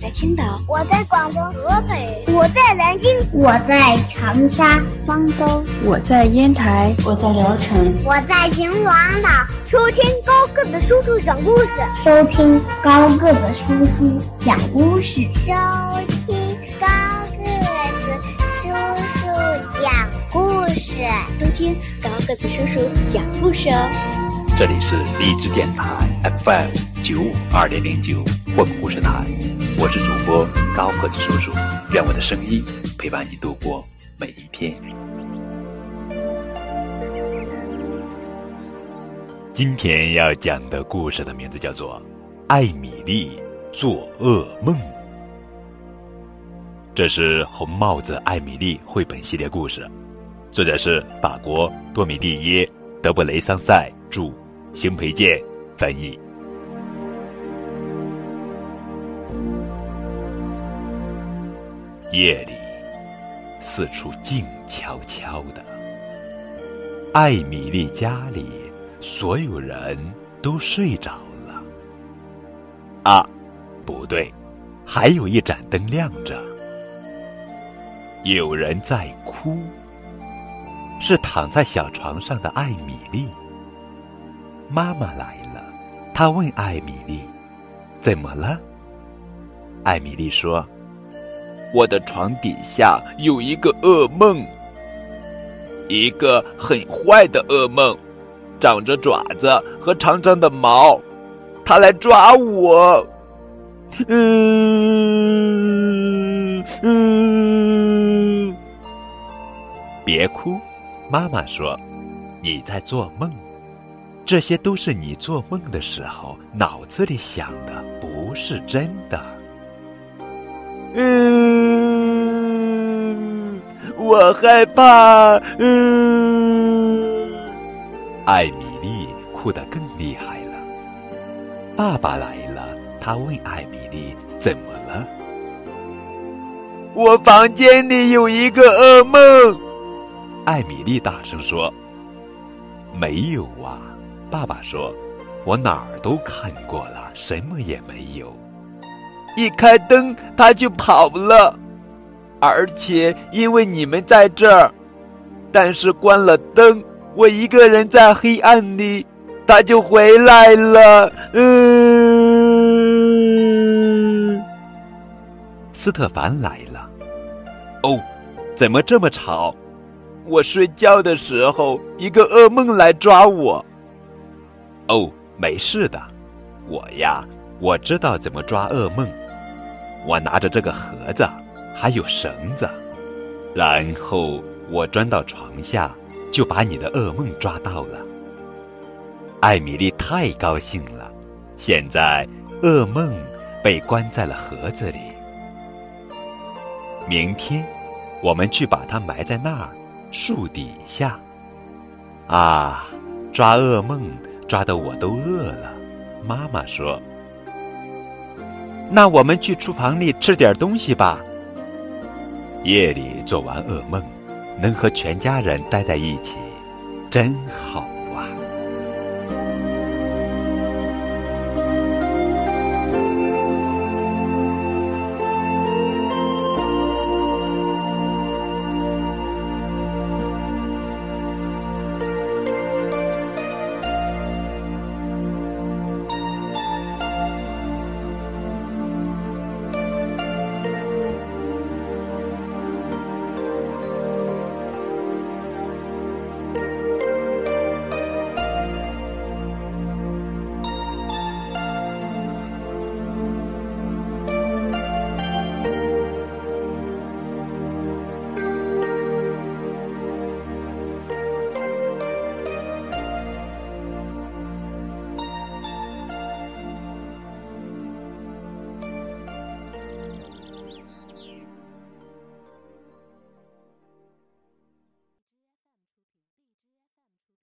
在青岛， 我在广东合肥， 我在南京， 我在长沙、 方舟， 我在烟台， 我在聊城， 我在秦皇岛。 收听高个子叔叔讲故事， 收听高个子叔叔讲故事， 收听高个子叔叔讲故事， 收听高个子叔叔讲故事哦。 这里是励志电台 FM95.2.09 混故事台，我是主播高个子叔叔，愿我的声音陪伴你度过每一天。今天要讲的故事的名字叫做《艾米丽做噩梦》，这是红帽子艾米丽绘本系列故事，作者是法国多米蒂耶·德布雷桑塞著，邢培建翻译。夜里，四处静悄悄的。艾米丽家里，所有人都睡着了。啊，不对，还有一盏灯亮着。有人在哭，是躺在小床上的艾米丽。妈妈来了，她问艾米丽：“怎么了？”艾米丽说：“我的床底下有一个噩梦，一个很坏的噩梦，长着爪子和长长的毛，它来抓我。”别哭，妈妈说，你在做梦。这些都是你做梦的时候脑子里想的，不是真的。我害怕。艾米丽哭得更厉害了。爸爸来了，他问艾米丽怎么了。我房间里有一个噩梦。艾米丽大声说。没有啊，爸爸说，我哪儿都看过了，什么也没有。一开灯他就跑了，而且因为你们在这儿，但是关了灯，我一个人在黑暗里，他就回来了。斯特凡来了。哦，怎么这么吵？我睡觉的时候，一个噩梦来抓我。哦，没事的，我知道怎么抓噩梦。我拿着这个盒子，还有绳子，然后我钻到床下，就把你的噩梦抓到了。艾米丽太高兴了，现在噩梦被关在了盒子里。明天我们去把它埋在那儿，树底下。啊，抓噩梦抓得我都饿了，妈妈说。那我们去厨房里吃点东西吧。夜里做完噩梦，能和全家人待在一起，真好。